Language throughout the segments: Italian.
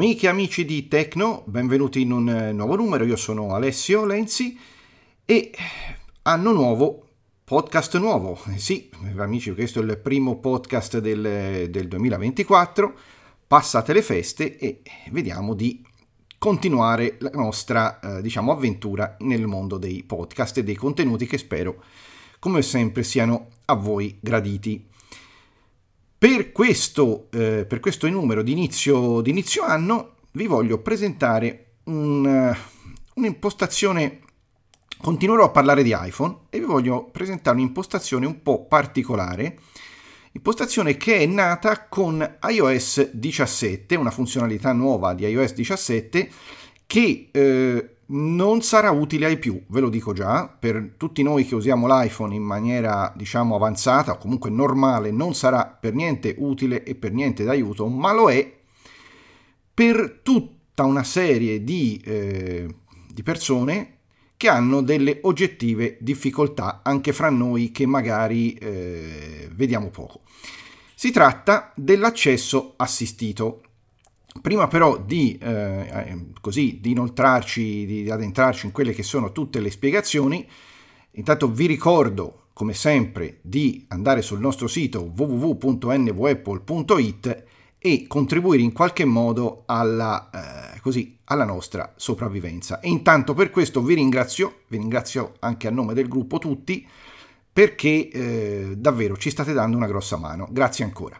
Amiche e amici di Tecno, benvenuti in un nuovo numero. Io sono Alessio Lenzi e anno nuovo, podcast nuovo. Sì, amici, questo è il primo podcast del 2024. Passate le feste e vediamo di continuare la nostra avventura nel mondo dei podcast e dei contenuti che spero, come sempre, siano a voi graditi. Per questo numero di inizio anno vi voglio presentare un'impostazione. Continuerò a parlare di iPhone e vi voglio presentare un'impostazione un po' particolare, impostazione che è nata con iOS 17, una funzionalità nuova di iOS 17 che non sarà utile ai più, ve lo dico già. Per tutti noi che usiamo l'iPhone in maniera avanzata o comunque normale non sarà per niente utile e per niente d'aiuto, ma lo è per tutta una serie di persone che hanno delle oggettive difficoltà anche fra noi che magari vediamo poco. Si tratta dell'accesso assistito. Prima però di inoltrarci, di addentrarci in quelle che sono tutte le spiegazioni, intanto vi ricordo, come sempre, di andare sul nostro sito www.nvapple.it e contribuire in qualche modo alla nostra sopravvivenza. E intanto per questo vi ringrazio anche a nome del gruppo tutti, perché davvero ci state dando una grossa mano. Grazie ancora.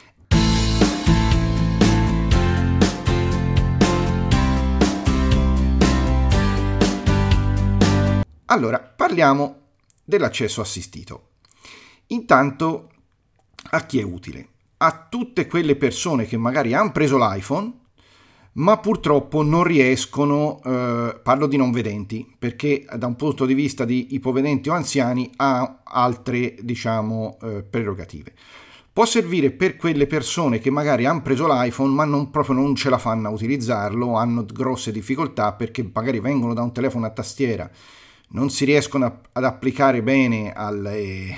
Allora, parliamo dell'accesso assistito. Intanto, a chi è utile? A tutte quelle persone che magari hanno preso l'iPhone, ma purtroppo non riescono, parlo di non vedenti, perché da un punto di vista di ipovedenti o anziani ha altre, prerogative. Può servire per quelle persone che magari hanno preso l'iPhone ma non ce la fanno a utilizzarlo, hanno grosse difficoltà perché magari vengono da un telefono a tastiera, non si riescono ad applicare bene alle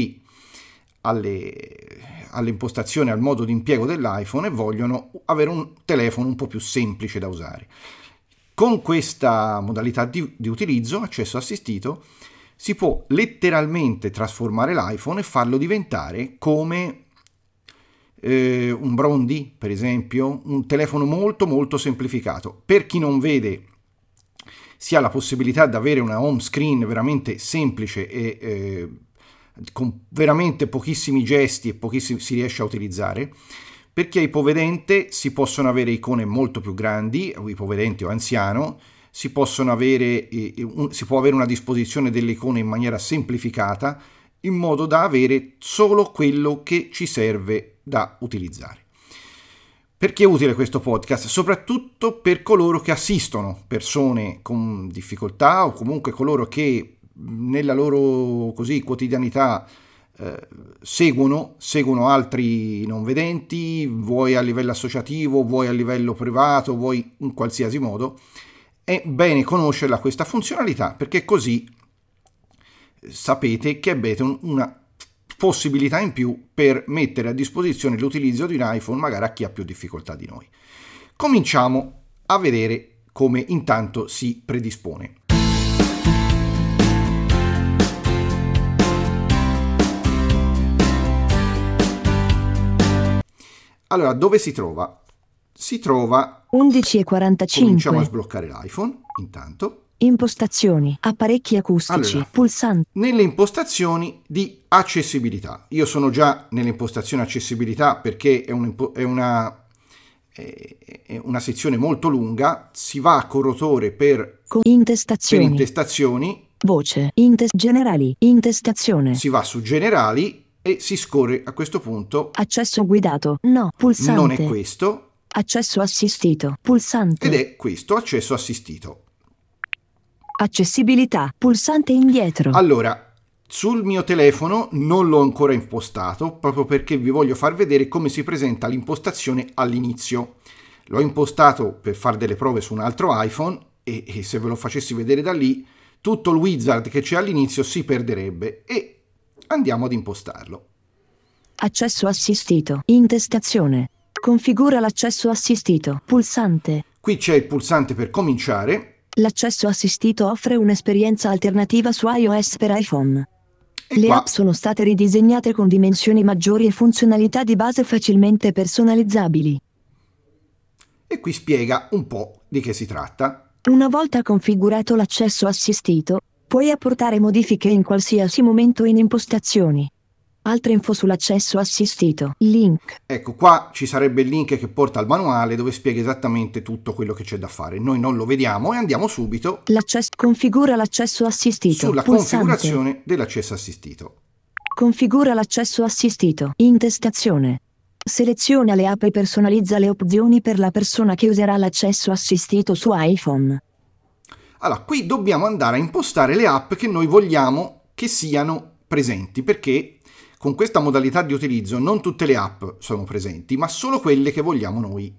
impostazioni, al modo di impiego dell'iPhone e vogliono avere un telefono un po' più semplice da usare. Con questa modalità di utilizzo, accesso assistito, si può letteralmente trasformare l'iPhone e farlo diventare come un Brondi, per esempio, un telefono molto molto semplificato. Per chi non vede, si ha la possibilità di avere una home screen veramente semplice e con veramente pochissimi gesti e pochissimi si riesce a utilizzare. Per chi è ipovedente si possono avere icone molto più grandi, o ipovedente o anziano, si può avere una disposizione delle icone in maniera semplificata, in modo da avere solo quello che ci serve da utilizzare. Perché è utile questo podcast? Soprattutto per coloro che assistono persone con difficoltà o comunque coloro che nella loro quotidianità seguono altri non vedenti, vuoi a livello associativo, vuoi a livello privato, vuoi in qualsiasi modo. È bene conoscerla questa funzionalità, perché così sapete che avete una possibilità in più per mettere a disposizione l'utilizzo di un iPhone magari a chi ha più difficoltà di noi. Cominciamo a vedere come intanto si predispone. Allora, dove si trova? Si trova 11:45. Cominciamo a sbloccare l'iPhone intanto. Impostazioni, apparecchi acustici, allora, pulsanti. Nelle impostazioni di accessibilità. Io sono già nelle impostazioni accessibilità perché è una sezione molto lunga. Si va con rotore per intestazioni. Voce, generali, intestazione. Si va su generali e si scorre a questo punto. Accesso guidato, no, pulsante. Non è questo. Accesso assistito, pulsante. Ed è questo, accesso assistito. Accessibilità, pulsante indietro. Allora, sul mio telefono non l'ho ancora impostato, proprio perché vi voglio far vedere come si presenta l'impostazione all'inizio. L'ho impostato per fare delle prove su un altro iPhone e se ve lo facessi vedere da lì, tutto il wizard che c'è all'inizio si perderebbe e andiamo ad impostarlo. Accesso assistito, intestazione. Configura l'accesso assistito. Pulsante. Qui c'è il pulsante per cominciare. L'accesso assistito offre un'esperienza alternativa su iOS per iPhone. E Le qua, app sono state ridisegnate con dimensioni maggiori e funzionalità di base facilmente personalizzabili. e qui spiega un po' di che si tratta. Una volta configurato l'accesso assistito, puoi apportare modifiche in qualsiasi momento in impostazioni. Altre info sull'accesso assistito. Link. Ecco, qua ci sarebbe il link che porta al manuale dove spiega esattamente tutto quello che c'è da fare. Noi non lo vediamo e andiamo subito Configura l'accesso assistito. sulla Pulsante. configurazione dell'accesso assistito. Configura l'accesso assistito. Intestazione. Seleziona le app e personalizza le opzioni per la persona che userà l'accesso assistito su iPhone. Allora, qui dobbiamo andare a impostare le app che noi vogliamo che siano presenti, perché con questa modalità di utilizzo non tutte le app sono presenti, ma solo quelle che vogliamo noi.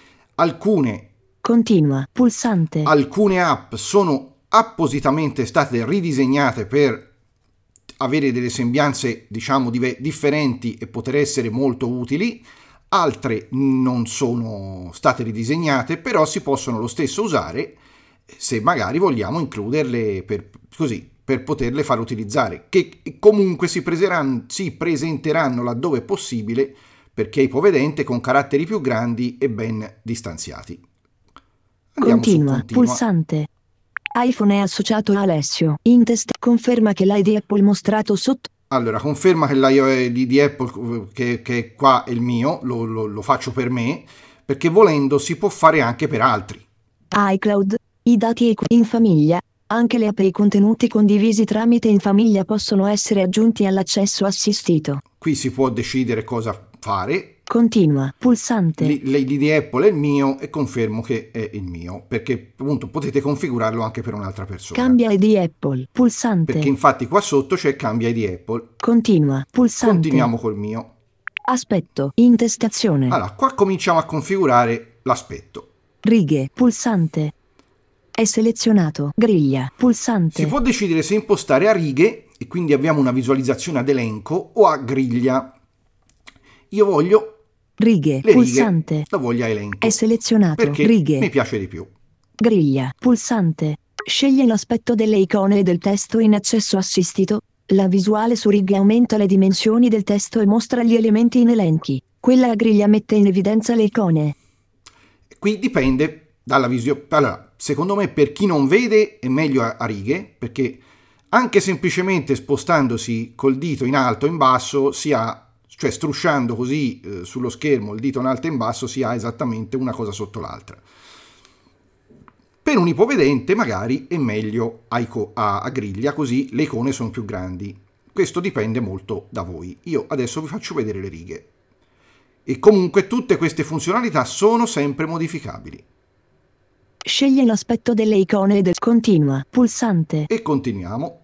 Continua. Pulsante. Alcune app sono appositamente state ridisegnate per avere delle sembianze, diciamo, differenti e poter essere molto utili. Altre non sono state ridisegnate, però si possono lo stesso usare se magari vogliamo includerle per poterle far utilizzare, che comunque si presenteranno laddove è possibile perché è ipovedente, con caratteri più grandi e ben distanziati. Andiamo su Continua. Pulsante. iPhone è associato a Alessio. Conferma che l'ID Apple mostrato sotto. Allora, conferma che l'iOS di Apple, che qua è il mio, lo faccio per me, perché volendo si può fare anche per altri. iCloud. I dati in famiglia. Anche le app e i contenuti condivisi tramite in famiglia possono essere aggiunti all'accesso assistito. Qui si può decidere cosa fare. Continua. Pulsante. L'ID di Apple è il mio e confermo che è il mio, perché appunto potete configurarlo anche per un'altra persona. Cambia ID Apple. Pulsante. Perché infatti qua sotto c'è cambia ID Apple. Continua. Pulsante. Continuiamo col mio. Aspetto. Intestazione. Allora, qua cominciamo a configurare l'aspetto. Righe. Pulsante. È selezionato. Griglia. Pulsante. Si può decidere se impostare a righe, e quindi abbiamo una visualizzazione ad elenco, o a griglia. Io voglio righe. le Pulsante. righe, la voglio a elenco. È selezionato. Perché Righe. mi piace di più. Griglia. Pulsante. Sceglie l'aspetto delle icone e del testo in accesso assistito. La visuale su righe aumenta le dimensioni del testo e mostra gli elementi in elenchi. Quella a griglia mette in evidenza le icone. Qui dipende dalla visione. Allora, secondo me per chi non vede è meglio a righe, perché anche semplicemente spostandosi col dito in alto o in basso si ha, cioè strusciando così sullo schermo il dito in alto e in basso, si ha esattamente una cosa sotto l'altra. Per un ipovedente magari è meglio a griglia, così le icone sono più grandi. Questo dipende molto da voi. Io adesso vi faccio vedere le righe. E comunque tutte queste funzionalità sono sempre modificabili. Sceglie l'aspetto delle icone e del continua. Pulsante. E continuiamo.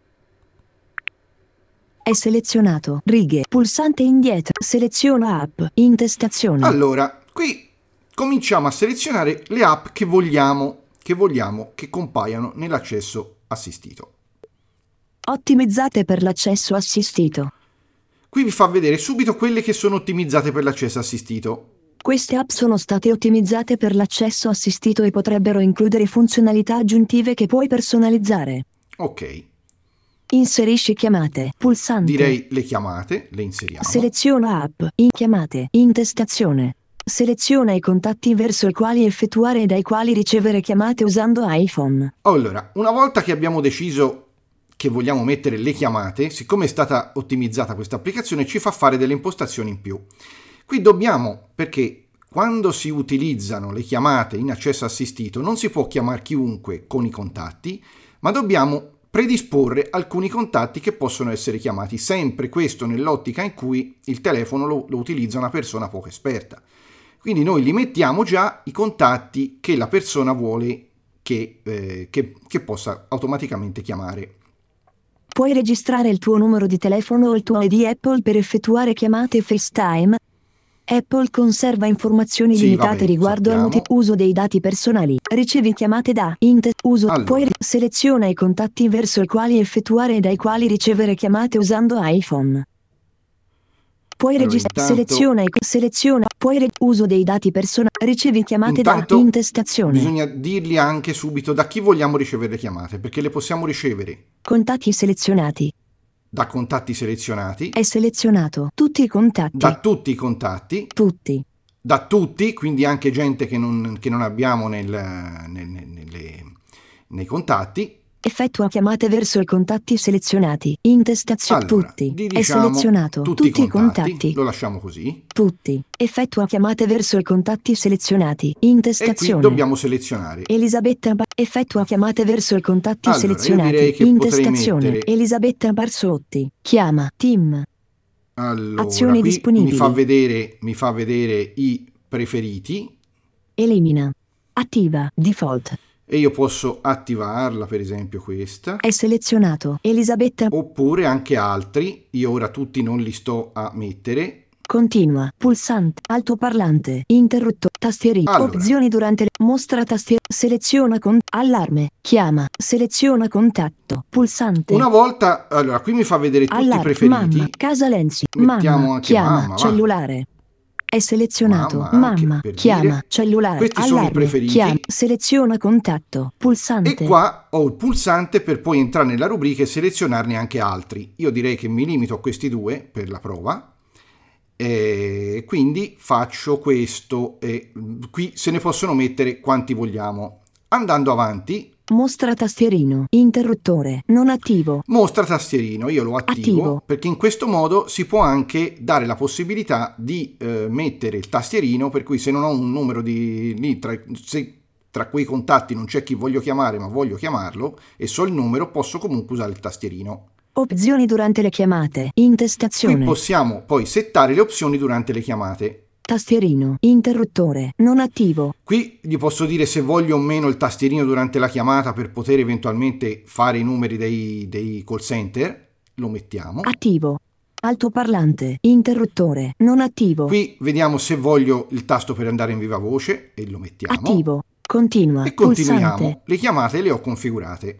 È selezionato. Righe. Pulsante indietro. Seleziona app. Intestazione. Allora, qui cominciamo a selezionare le app che vogliamo che compaiano nell'accesso assistito. Ottimizzate per l'accesso assistito. Qui vi fa vedere subito quelle che sono ottimizzate per l'accesso assistito. Queste app sono state ottimizzate per l'accesso assistito e potrebbero includere funzionalità aggiuntive che puoi personalizzare. Ok. Inserisci chiamate. Pulsante. Direi le chiamate, le inseriamo. Seleziona app. In chiamate. Intestazione. Seleziona i contatti verso i quali effettuare e dai quali ricevere chiamate usando iPhone. Allora, una volta che abbiamo deciso che vogliamo mettere le chiamate, siccome è stata ottimizzata questa applicazione, ci fa fare delle impostazioni in più. Qui dobbiamo, perché quando si utilizzano le chiamate in accesso assistito non si può chiamare chiunque con i contatti, ma dobbiamo predisporre alcuni contatti che possono essere chiamati, sempre questo nell'ottica in cui il telefono lo utilizza una persona poco esperta. Quindi noi li mettiamo già i contatti che la persona vuole che possa automaticamente chiamare. Puoi registrare il tuo numero di telefono o il tuo ID Apple per effettuare chiamate FaceTime. Apple conserva informazioni limitate riguardo al uso dei dati personali. Ricevi chiamate da uso. Allora. Poi seleziona i contatti verso i quali effettuare e dai quali ricevere chiamate usando iPhone. Puoi registrare, seleziona, uso dei dati personali, ricevi chiamate da intestazione. Bisogna dirgli anche subito da chi vogliamo ricevere le chiamate, perché le possiamo ricevere. Contatti selezionati. Da contatti selezionati. È selezionato tutti i contatti. Da tutti i contatti. Tutti. Da tutti, quindi anche gente che non abbiamo nei contatti. Effettua chiamate verso i contatti selezionati. Intestazione. Allora, tutti. È selezionato tutti i contatti. Lo lasciamo così. Tutti. Effettua chiamate verso i contatti selezionati. Intestazione. E qui dobbiamo selezionare. Elisabetta effettua chiamate verso i contatti selezionati. Intestazione. Mettere... Elisabetta Barsotti. Chiama. Tim. Allora, azioni qui disponibili. mi fa vedere i preferiti. Elimina. Attiva. Default. E io posso attivarla, per esempio questa. È selezionato. Elisabetta. Oppure anche altri. Io ora tutti non li sto a mettere. Continua. Pulsante. Altoparlante. Interrutto. Tastierino. Allora. Opzioni durante le... Mostra tastiera. Seleziona con... Allarme. Chiama. Seleziona contatto. Pulsante. Una volta... Allora, qui mi fa vedere tutti i preferiti. Mamma. Casa Lenzi. Mettiamo mamma. anche Chiama. mamma, Cellulare. È selezionato. Mamma, chiama, dire. cellulare. Questi allarme, sono i preferiti. Chiama, seleziona contatto, pulsante. E qua ho il pulsante per poi entrare nella rubrica e selezionarne anche altri. Io direi che mi limito a questi due per la prova. E quindi faccio questo. E qui se ne possono mettere quanti vogliamo. Andando avanti. Mostra tastierino, interruttore, non attivo. Mostra tastierino, io lo attivo. Perché in questo modo si può anche dare la possibilità di mettere il tastierino, per cui se non ho un numero lì, se tra quei contatti non c'è chi voglio chiamare ma voglio chiamarlo e so il numero, posso comunque usare il tastierino. Opzioni durante le chiamate, intestazione. Qui possiamo poi settare le opzioni durante le chiamate. Tastierino, interruttore, non attivo. Qui gli posso dire se voglio o meno il tastierino durante la chiamata per poter eventualmente fare i numeri dei call center. Lo mettiamo. Attivo. Altoparlante, interruttore, non attivo. Qui vediamo se voglio il tasto per andare in viva voce e lo mettiamo. Attivo. Continua. E continuiamo. Pulsante. Le chiamate le ho configurate.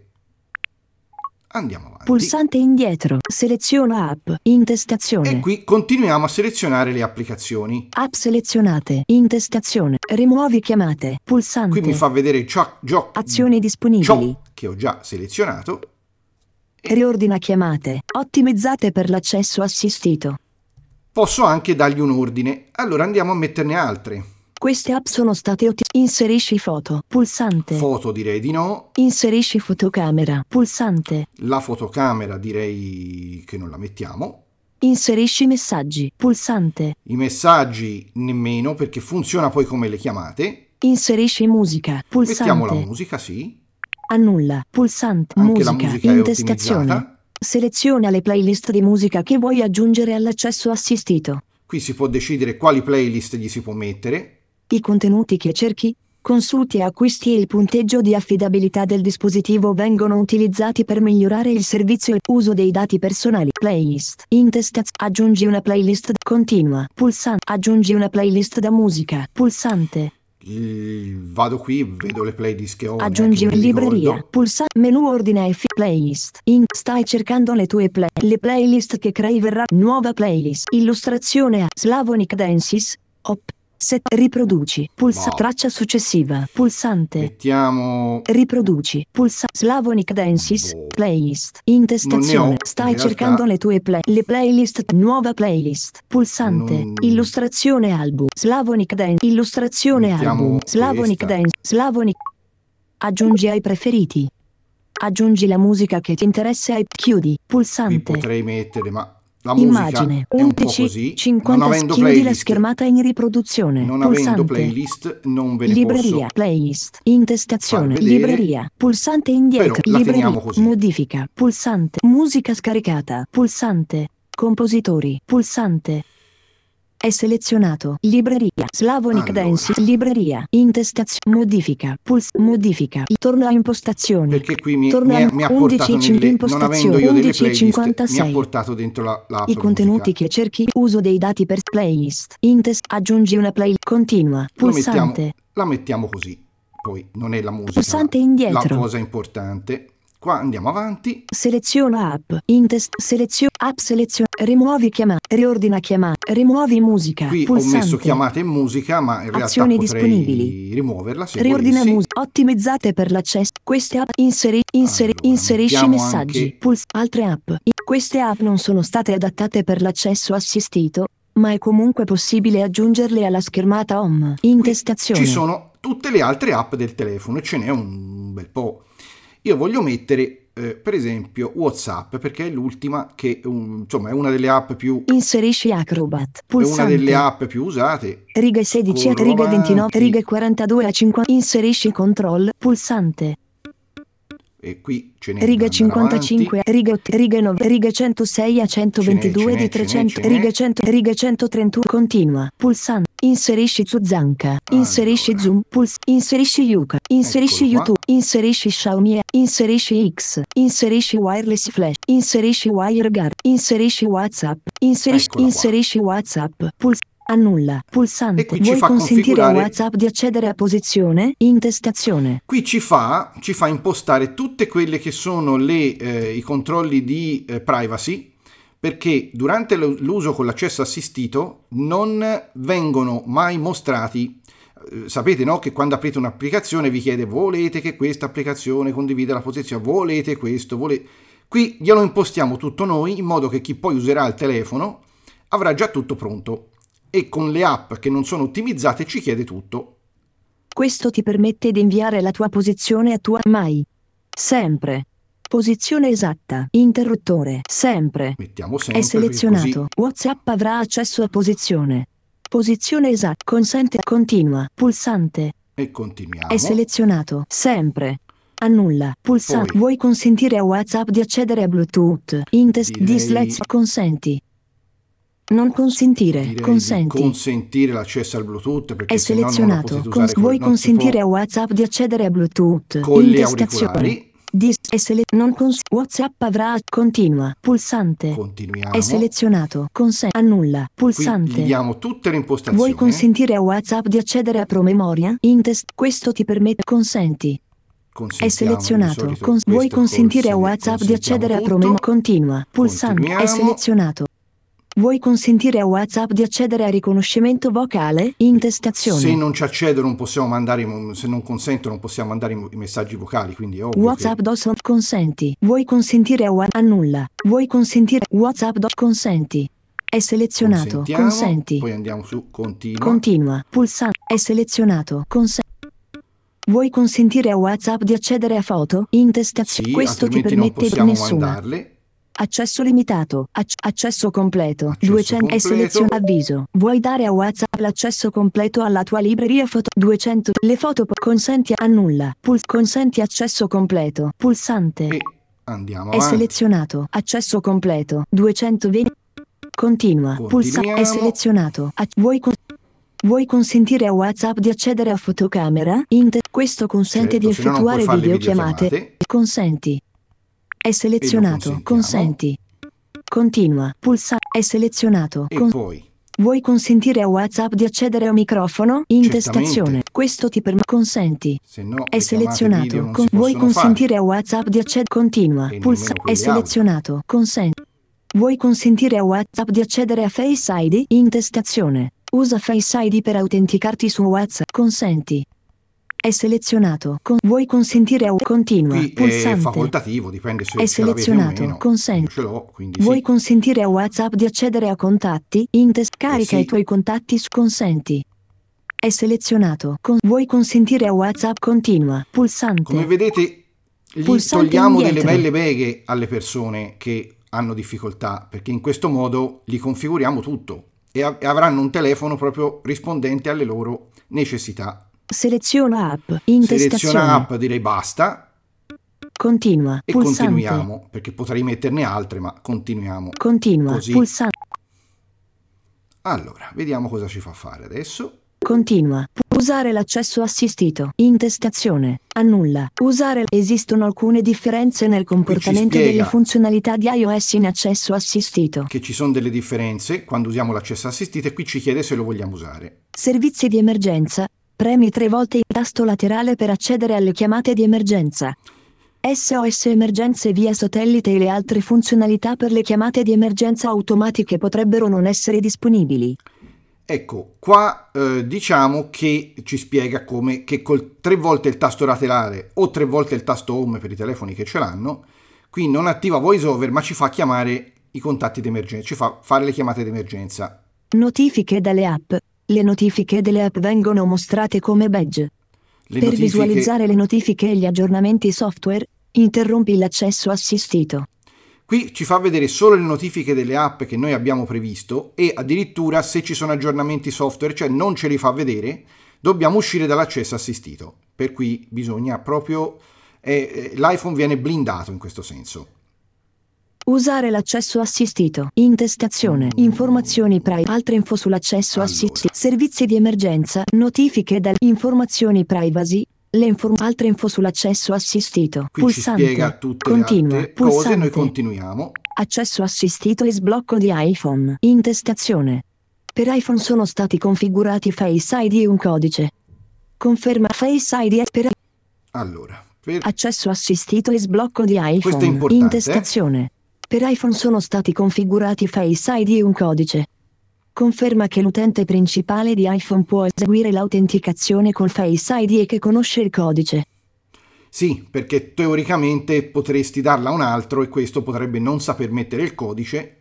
Andiamo avanti. Pulsante indietro. Seleziona app. Intestazione. E qui continuiamo a selezionare le applicazioni. App selezionate. Intestazione. Rimuovi chiamate. Pulsante. Qui mi fa vedere ciò azioni disponibili. Che ho già selezionato. Riordina chiamate. Ottimizzate per l'accesso assistito. Posso anche dargli un ordine. Allora andiamo a metterne altre. Queste app sono state inserisci foto, pulsante. Foto direi di no. Inserisci fotocamera, pulsante. La fotocamera direi che non la mettiamo. Inserisci messaggi, pulsante. I messaggi nemmeno, perché funziona poi come le chiamate. Inserisci musica, pulsante. Mettiamo la musica, sì. Annulla, pulsante. Anche musica, la musica intestazione. È ottimizzata. Seleziona le playlist di musica che vuoi aggiungere all'accesso assistito. Qui si può decidere quali playlist gli si può mettere. I contenuti che cerchi, consulti e acquisti e il punteggio di affidabilità del dispositivo vengono utilizzati per migliorare il servizio e uso dei dati personali. Playlist. Aggiungi una playlist. Continua. Pulsante. Aggiungi una playlist da musica. Pulsante. Vado qui, vedo le playlist che ho. Aggiungi una libreria. Pulsante. Menu ordina e playlist. Stai cercando le tue le playlist che crei verrà. Nuova playlist. Illustrazione a Slavonic Dances. Op. Riproduci. Traccia successiva. Pulsante. Mettiamo. Riproduci. Slavonic Dances. Playlist. Intestazione. Stai cercando le tue le playlist. Nuova playlist. Pulsante. Illustrazione album. Slavonic Dance. Illustrazione album. Slavonic Dance. Slavonic. Aggiungi ai preferiti. Aggiungi la musica che ti interessa e chiudi. Pulsante. Qui potrei mettere, ma la musica immagine, è un po' così. 50 non avendo chiudi playlist, la schermata in riproduzione. non pulsante. Avendo playlist non ve ne libreria, posso playlist, intestazione, far vedere, libreria, pulsante indietro, però la libreria, teniamo così. modifica, pulsante, musica scaricata, pulsante, compositori, pulsante. È selezionato. Libreria. Slavonic Dance. Libreria. Intestazione. Modifica. Modifica. Torna a impostazioni. Perché qui mi ha portato non avendo io delle playlist, mi ha portato dentro la I contenuti che cerchi. Uso dei dati per playlist. Aggiungi una playlist. Continua. Pulsante. La mettiamo così. Poi non è la musica. Pulsante indietro. La cosa importante. Qua andiamo avanti. Seleziona app. Seleziona app. Rimuovi chiamate. Riordina chiamate. Rimuovi musica. Qui Pulsante. ho messo chiamate e musica, ma in realtà Azioni potrei disponibili. rimuoverla se Riordina volessi. musica. Ottimizzate per l'accesso. Queste app. Allora, Inserisci mettiamo messaggi. anche- Altre app. Queste app non sono state adattate per l'accesso assistito, ma è comunque possibile aggiungerle alla schermata home. Qui Intestazione. ci sono tutte le altre app del telefono e ce n'è un bel po'. Io voglio mettere per esempio WhatsApp, perché è l'ultima che insomma è una delle app più Inserisci Acrobat. è una Pulsante. delle app più usate. Righe 16 a Scorro righe 29, avanti. righe 42 a 50. Inserisci control. Pulsante. E qui ce n'è Riga da andare 55, avanti. riga 9, riga 106 a 122 Ce n'è, di 300, ce n'è. riga 100, riga 131, continua, pulsante, inserisci Zuzanca, inserisci Allora. Zoom, inserisci Yuka, inserisci Eccolo qua. YouTube, inserisci Xiaomi, inserisci X, inserisci Wireless Flash, inserisci WireGuard, inserisci WhatsApp, Eccola qua. inserisci WhatsApp, annulla, pulsante, E qui ci vuoi fa consentire a configurare- WhatsApp di accedere a posizione, intestazione. Qui ci fa impostare tutte quelle che sono i controlli di privacy, perché durante l'uso con l'accesso assistito non vengono mai mostrati. Sapete, no? Che quando aprite un'applicazione vi chiede: volete che questa applicazione condivida la posizione, volete questo, Qui glielo impostiamo tutto noi, in modo che chi poi userà il telefono avrà già tutto pronto, e con le app che non sono ottimizzate ci chiede tutto. Questo ti permette di inviare la tua posizione a tua mai. Sempre. Posizione esatta. Interruttore. Sempre. Mettiamo sempre, È selezionato. perché WhatsApp avrà accesso a posizione. Posizione esatta. Consente. Continua. Pulsante. e continuiamo. È selezionato. Sempre. Annulla. Pulsante. Poi. Vuoi consentire a WhatsApp di accedere a Bluetooth? Direi- Consenti. Non consentire. Direi Consenti. di consentire l'accesso al Bluetooth, perché È se no non lo selezionato. potete usare Vuoi non si consentire a può WhatsApp di accedere a Bluetooth? con le Intestazione. auricolari. WhatsApp avrà. Continua. Pulsante. Continuiamo. È selezionato. Annulla. Qui Pulsante. gli diamo tutte le impostazioni. Vuoi consentire a WhatsApp di accedere a promemoria? Questo ti permette. Consenti. È Consentiamo, selezionato. di solito Vuoi questo consentire a col WhatsApp di consentiamo accedere a tutto. promemoria? Continua. Pulsante. È Continuiamo. selezionato. Vuoi consentire a WhatsApp di accedere a riconoscimento vocale? Intestazione. Se non ci accedo non possiamo mandare, se non consento non possiamo mandare i messaggi vocali, quindi è ovvio WhatsApp che consenti. Vuoi consentire a annulla. Vuoi consentire WhatsApp consenti. È selezionato. consentiamo, Consenti. poi andiamo su continua. Continua. Pulsante. È selezionato. Vuoi consentire a WhatsApp di accedere a foto? Intestazione. Sì, Questo ti altrimenti non permette possiamo nessuna. mandarle. Accesso limitato. Accesso completo. Accesso 200. È completo. selezionato. Avviso. Vuoi dare a WhatsApp l'accesso completo alla tua libreria foto? 200. Le foto. Consenti. Annulla. Consenti accesso completo. Pulsante. E andiamo È avanti. selezionato. Accesso completo. 220. Continua. Continuiamo. È selezionato. Vuoi consentire a WhatsApp di accedere a fotocamera? Questo consente Certo, di se no non puoi effettuare fare le videochiamate. videochiamate. Consenti. È selezionato. consentiamo. Consenti. Continua. È selezionato. E poi Vuoi consentire a WhatsApp di accedere a microfono? Intestazione. Certamente. Questo ti permette. Consenti. se no È le chiamate selezionato. video non si Vuoi possono consentire fare. a WhatsApp di accedere? Continua. E nemmeno È quelle selezionato. Consenti. Vuoi consentire a WhatsApp di accedere a Face ID? Intestazione. Usa Face ID per autenticarti su WhatsApp. Consenti. È selezionato. Vuoi consentire a continua. Qui è Pulsante. facoltativo, dipende se È ce l'avete o selezionato. meno. Consenti. Io ce l'ho, quindi Vuoi sì. consentire a WhatsApp di accedere a contatti? Carica sì. i tuoi contatti su consenti. È selezionato. Vuoi consentire a WhatsApp? Continua. Pulsante. Come vedete, gli Pulsante togliamo delle indietro. belle beghe alle persone che hanno difficoltà, perché in questo modo gli configuriamo tutto e avranno un telefono proprio rispondente alle loro necessità. Seleziona app. Intestazione. Seleziona app, direi basta, Continua. e Pulsante. continuiamo, perché potrei metterne altre, ma continuiamo. Continua. Così. Pulsante. Allora, vediamo cosa ci fa fare adesso. Continua. Usare l'accesso assistito. Intestazione. Annulla. Usare. Esistono alcune differenze nel comportamento spiega delle funzionalità di iOS in accesso assistito. Che ci sono delle differenze quando usiamo l'accesso assistito, e qui ci chiede se lo vogliamo usare. Servizi di emergenza. Premi 3 volte il tasto laterale per accedere alle chiamate di emergenza. SOS emergenze via satellite e le altre funzionalità per le chiamate di emergenza automatiche potrebbero non essere disponibili. Ecco, qua diciamo che ci spiega come che col 3 volte il tasto laterale o 3 volte il tasto home per i telefoni che ce l'hanno, qui non attiva voiceover ma ci fa chiamare i contatti d'emergenza, ci fa fare le chiamate d'emergenza. Notifiche dalle app. Le notifiche delle app vengono mostrate come badge. Per visualizzare le notifiche e gli aggiornamenti software, interrompi l'accesso assistito. Qui ci fa vedere solo le notifiche delle app che noi abbiamo previsto e addirittura se ci sono aggiornamenti software, cioè non ce li fa vedere, dobbiamo uscire dall'accesso assistito. Per cui bisogna proprio... l'iPhone viene blindato in questo senso. Usare l'accesso assistito. Intestazione. Informazioni private. Altre info sull'accesso assistito. Servizi di emergenza. Notifiche dalle informazioni privacy. Altre info sull'accesso assistito. Qui Pulsante. ci spiega tutte le altre cose, noi continuiamo. Accesso assistito e sblocco di iPhone. Intestazione. Per iPhone sono stati configurati Face ID e un codice. Conferma Face ID per... Allora, accesso assistito e sblocco di iPhone. Questo è importante. Intestazione. Per iPhone sono stati configurati Face ID e un codice. Conferma che l'utente principale di iPhone può eseguire l'autenticazione col Face ID e che conosce il codice. Sì, perché teoricamente potresti darla a un altro e questo potrebbe non saper mettere il codice.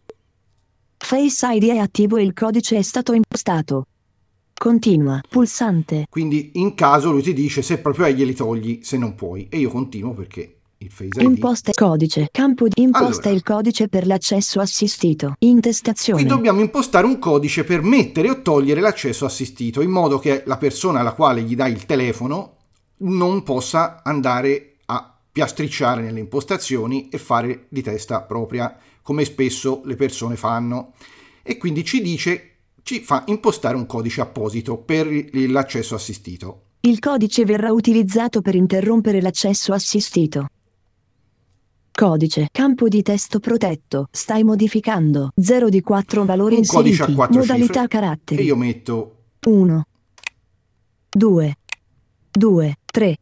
Face ID è attivo e il codice è stato impostato. Continua, pulsante. Quindi in caso lui ti dice se proprio hai glieli togli, se non puoi. E io continuo perché il Face ID... Imposta codice, campo di imposta il codice per l'accesso assistito. Intestazione. Qui dobbiamo impostare un codice per mettere o togliere l'accesso assistito, in modo che la persona alla quale gli dai il telefono non possa andare a piastricciare nelle impostazioni e fare di testa propria, come spesso le persone fanno. E quindi ci fa impostare un codice apposito per l'accesso assistito. Il codice verrà utilizzato per interrompere l'accesso assistito. Codice, campo di testo protetto, stai modificando, 0 di 4 valori inseriti, codice a 4 modalità cifre, caratteri. E io metto 1, 2, 3,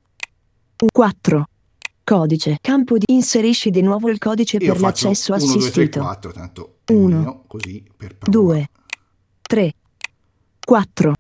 4. Codice, campo di inserisci di nuovo il codice per l'accesso assistito. 1, 2, 3, 4, tanto è 1, mio, così per prova. 2, 3, 4.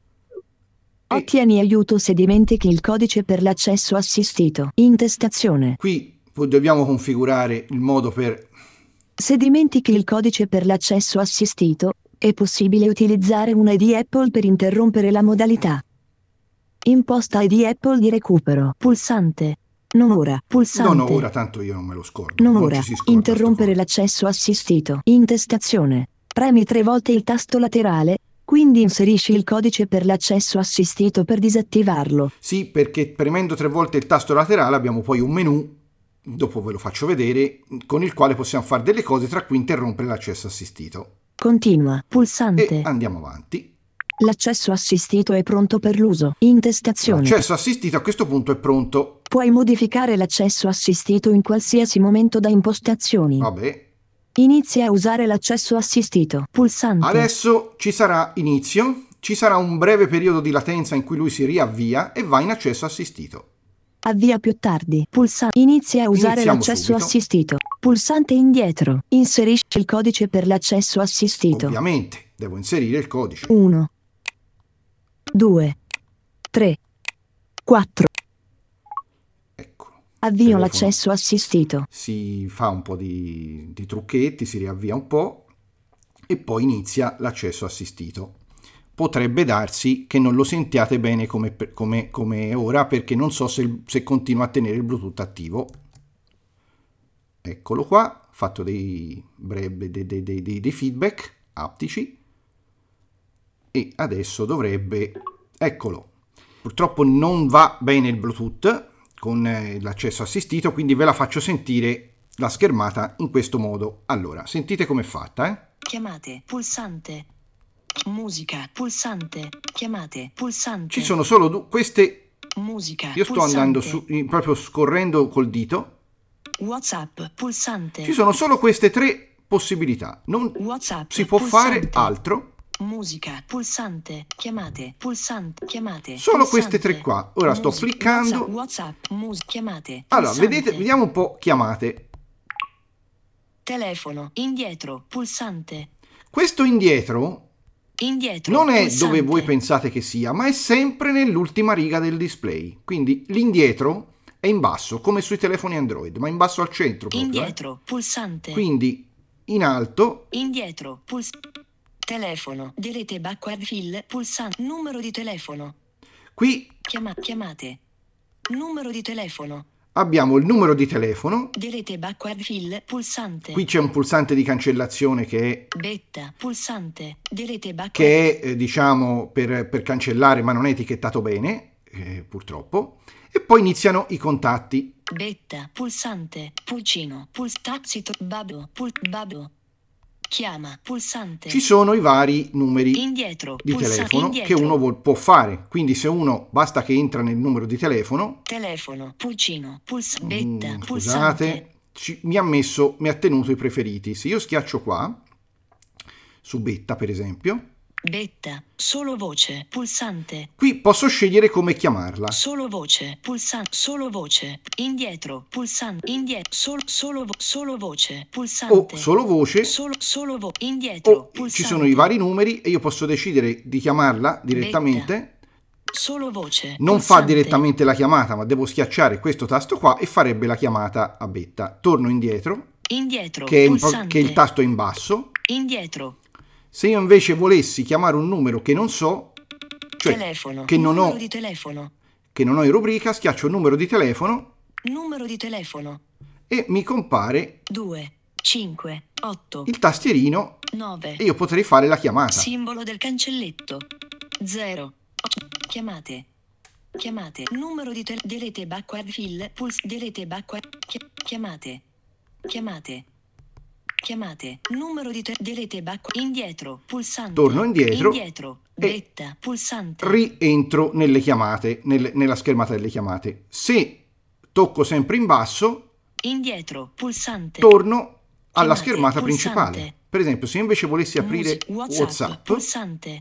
Ottieni aiuto se dimentichi il codice per l'accesso assistito. Intestazione. Qui dobbiamo configurare il modo per... Se dimentichi il codice per l'accesso assistito, è possibile utilizzare un ID Apple per interrompere la modalità. Imposta ID Apple di recupero. Pulsante. Non ora. Pulsante. Non ora, tanto io non me lo scordo. Non ora. Interrompere l'accesso assistito. Intestazione. Premi 3 volte il tasto laterale, quindi inserisci il codice per l'accesso assistito per disattivarlo. Sì, perché premendo 3 volte il tasto laterale abbiamo poi un menu, dopo ve lo faccio vedere, con il quale possiamo fare delle cose, tra cui interrompere l'accesso assistito. Continua. Pulsante. E andiamo avanti. L'accesso assistito è pronto per l'uso. Intestazione. L'accesso assistito a questo punto è pronto. Puoi modificare l'accesso assistito in qualsiasi momento da impostazioni. Vabbè. Inizia a usare l'accesso assistito. Pulsante. Adesso ci sarà inizio, ci sarà un breve periodo di latenza in cui lui si riavvia e va in accesso assistito. Avvia più tardi. Pulsante. Inizia a usare l'accesso assistito. Pulsante indietro. Inserisci il codice per l'accesso assistito. Ovviamente, devo inserire il codice. 1, 2, 3, 4. Ecco. Avvio l'accesso assistito. Si fa un po' di trucchetti, si riavvia un po' e poi inizia l'accesso assistito. Potrebbe darsi che non lo sentiate bene come ora, perché non so se continua a tenere il Bluetooth attivo. Eccolo qua, fatto dei feedback aptici e adesso dovrebbe... Eccolo. Purtroppo non va bene il Bluetooth con l'accesso assistito, quindi ve la faccio sentire la schermata in questo modo. Allora, sentite com'è fatta, Chiamate, pulsante. Musica, pulsante. Chiamate, pulsante. Ci sono solo queste. Musica. Io sto andando proprio scorrendo col dito. WhatsApp, pulsante. Ci sono solo queste 3 possibilità. Non WhatsApp, si può pulsante. fare altro. musica, pulsante, chiamate, pulsante, chiamate. Solo pulsante, queste tre qua. Ora sto cliccando. WhatsApp, chiamate. Allora, Pulsante. vediamo un po' chiamate. Telefono, indietro, pulsante. Questo indietro non è pulsante. dove voi pensate che sia, ma è sempre nell'ultima riga del display. Quindi l'indietro è in basso, come sui telefoni Android, ma in basso al centro proprio. Indietro, pulsante. Quindi in alto. Indietro, telefono, delete backward fill, pulsante, numero di telefono. Qui chiamate. Numero di telefono. Abbiamo il numero di telefono. Delete backward fill, pulsante. Qui c'è un pulsante di cancellazione che è beta, pulsante. Delete backward, che è diciamo per cancellare, ma non è etichettato bene, purtroppo. E poi iniziano i contatti. Beta, pulsante, pulcino, taxito, babbo, chiama, pulsante. Ci sono i vari numeri indietro, di telefono che uno può fare. Quindi se uno basta che entra nel numero di telefono. Telefono, pulcino, beta, scusate, mi ha tenuto i preferiti. Se io schiaccio qua su beta, per esempio. Beta, solo voce, pulsante. Qui posso scegliere come chiamarla. Solo voce, pulsante, solo voce, indietro, pulsante, indietro, solo voce, pulsante. O solo voce, indietro, pulsante. Ci sono i vari numeri e io posso decidere di chiamarla direttamente. Beta. Solo voce. Non fa direttamente la chiamata, ma devo schiacciare questo tasto qua e farebbe la chiamata a beta. Torno indietro, che è il tasto in basso. Indietro. Se io invece volessi chiamare un numero che non so, cioè telefono, che non ho, di telefono. Che non ho in rubrica, schiaccio il numero di telefono. Numero di telefono. E mi compare 2, 5, 8. Il tastierino 9. E io potrei fare la chiamata. Simbolo del cancelletto. 0. Chiamate. Numero di delete backward fill. Delete backward. Chiamate, numero di delete backward, indietro, pulsante. Torno indietro. Beta, pulsante. Rientro nelle chiamate, nella schermata delle chiamate. Se tocco sempre in basso, indietro, pulsante. Torno alla schermata principale. Per esempio, se invece volessi aprire WhatsApp, pulsante.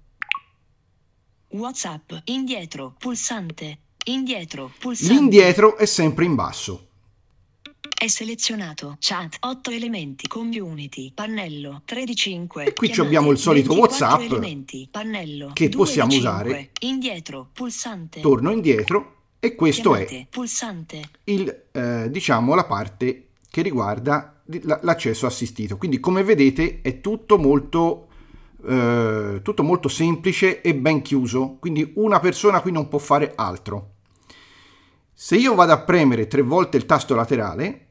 WhatsApp, indietro, pulsante. L'indietro è sempre in basso. È selezionato chat 8 elementi, community, pannello 3 di 5. E qui abbiamo il solito WhatsApp elementi, pannello, che possiamo usare. Indietro, pulsante. Torno indietro e questo è pulsante. diciamo la parte che riguarda l'accesso assistito. Quindi come vedete è tutto molto semplice e ben chiuso. Quindi una persona qui non può fare altro. Se io vado a premere 3 volte il tasto laterale,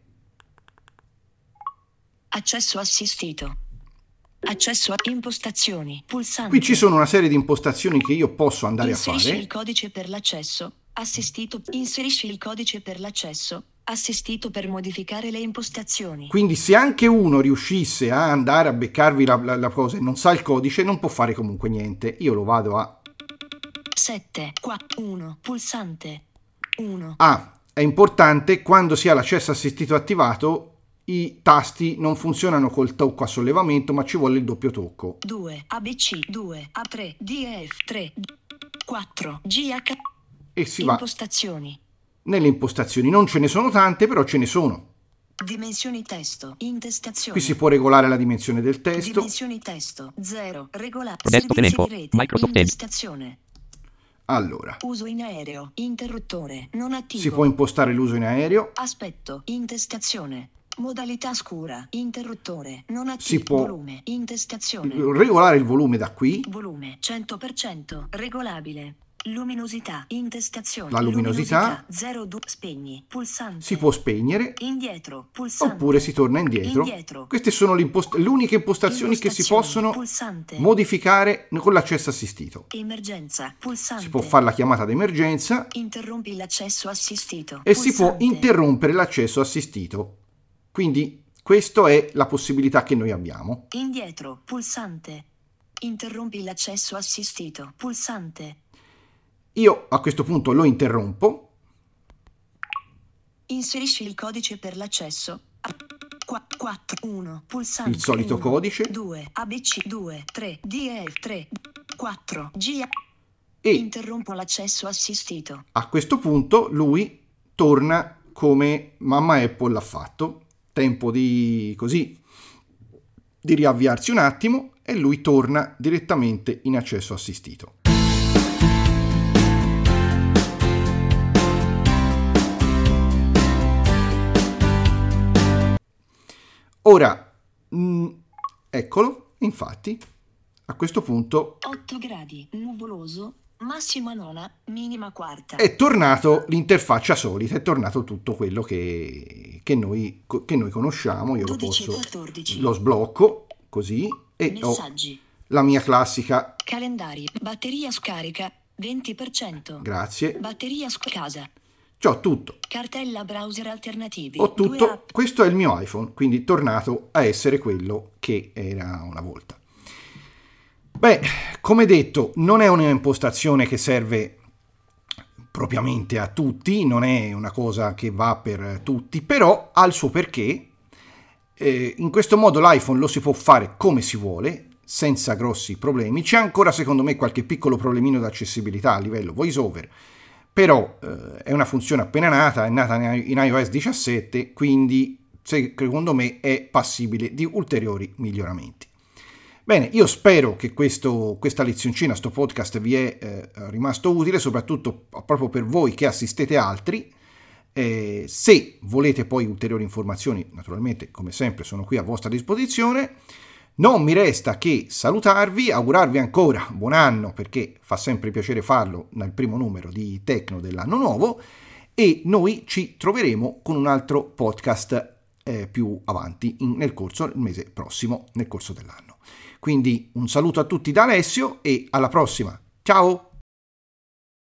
accesso assistito. Accesso a impostazioni. Pulsante. Qui ci sono una serie di impostazioni che io posso andare a fare. Inserisci il codice per l'accesso assistito. Inserisci il codice per l'accesso assistito per modificare le impostazioni. Quindi se anche uno riuscisse a andare a beccarvi la cosa e non sa il codice, non può fare comunque niente. Io lo vado a 7, 4, 1, pulsante. 1. È importante quando si ha l'accesso assistito attivato. I tasti non funzionano col tocco a sollevamento, ma ci vuole il doppio tocco. 2 ABC 2 A3 DF 3 4 GH e si impostazioni. Va nelle impostazioni. Non ce ne sono tante, però ce ne sono. Dimensioni testo, intestazione. Qui si può regolare la dimensione del testo. Dimensioni testo 0, regolare servizi di rete, Microsoft intestazione. Allora, uso in aereo, interruttore, non attivo. Si può impostare l'uso in aereo. Aspetto, intestazione. Modalità scura, interruttore, non attivo. Si può volume, intestazione. Regolare il volume da qui. Volume 100%, regolabile. Luminosità, intestazione. La luminosità 0,2 spegni, pulsante. Si può spegnere. Indietro, pulsante. Oppure si torna indietro. Queste sono le uniche impostazioni che si possono modificare con l'accesso assistito. Emergenza, pulsante. Si può fare la chiamata d'emergenza. Interrompi l'accesso assistito. E si può interrompere l'accesso assistito. Quindi questa è la possibilità che noi abbiamo. Indietro, pulsante. Interrompi l'accesso assistito, pulsante. Io a questo punto lo interrompo. Inserisci il codice per l'accesso. 4 1 pulsante, il solito 1, codice 2 ABC 2 3 DF 3 4 G e interrompo l'accesso assistito. A questo punto lui torna come mamma Apple l'ha fatto. Tempo di riavviarsi un attimo e lui torna direttamente in accesso assistito. Ora, eccolo, infatti, a questo punto 8 gradi, nuvoloso, massima nona, minima quarta. È tornato l'interfaccia solita, è tornato tutto quello che noi conosciamo. Io 12, lo 14. Lo sblocco così e Messaggi. ho la mia classica Calendari, batteria scarica 20%. Grazie. Batteria casa. C'ho tutto. Cartella browser alternativi. Ho tutto. Questo è il mio iPhone, quindi tornato a essere quello che era una volta. Beh, come detto, non è un'impostazione che serve propriamente a tutti, non è una cosa che va per tutti, però ha il suo perché. In questo modo l'iPhone lo si può fare come si vuole, senza grossi problemi. C'è ancora, secondo me, qualche piccolo problemino di accessibilità a livello voiceover, però è una funzione appena nata, è nata in iOS 17, quindi secondo me è passibile di ulteriori miglioramenti. Bene, io spero che questa lezioncina, sto podcast vi è rimasto utile, soprattutto proprio per voi che assistete altri. Se volete poi ulteriori informazioni, naturalmente, come sempre, sono qui a vostra disposizione. Non mi resta che salutarvi, augurarvi ancora buon anno, perché fa sempre piacere farlo nel primo numero di Tecno dell'anno nuovo, e noi ci troveremo con un altro podcast più avanti nel mese prossimo, nel corso dell'anno. Quindi un saluto a tutti da Alessio e alla prossima. Ciao!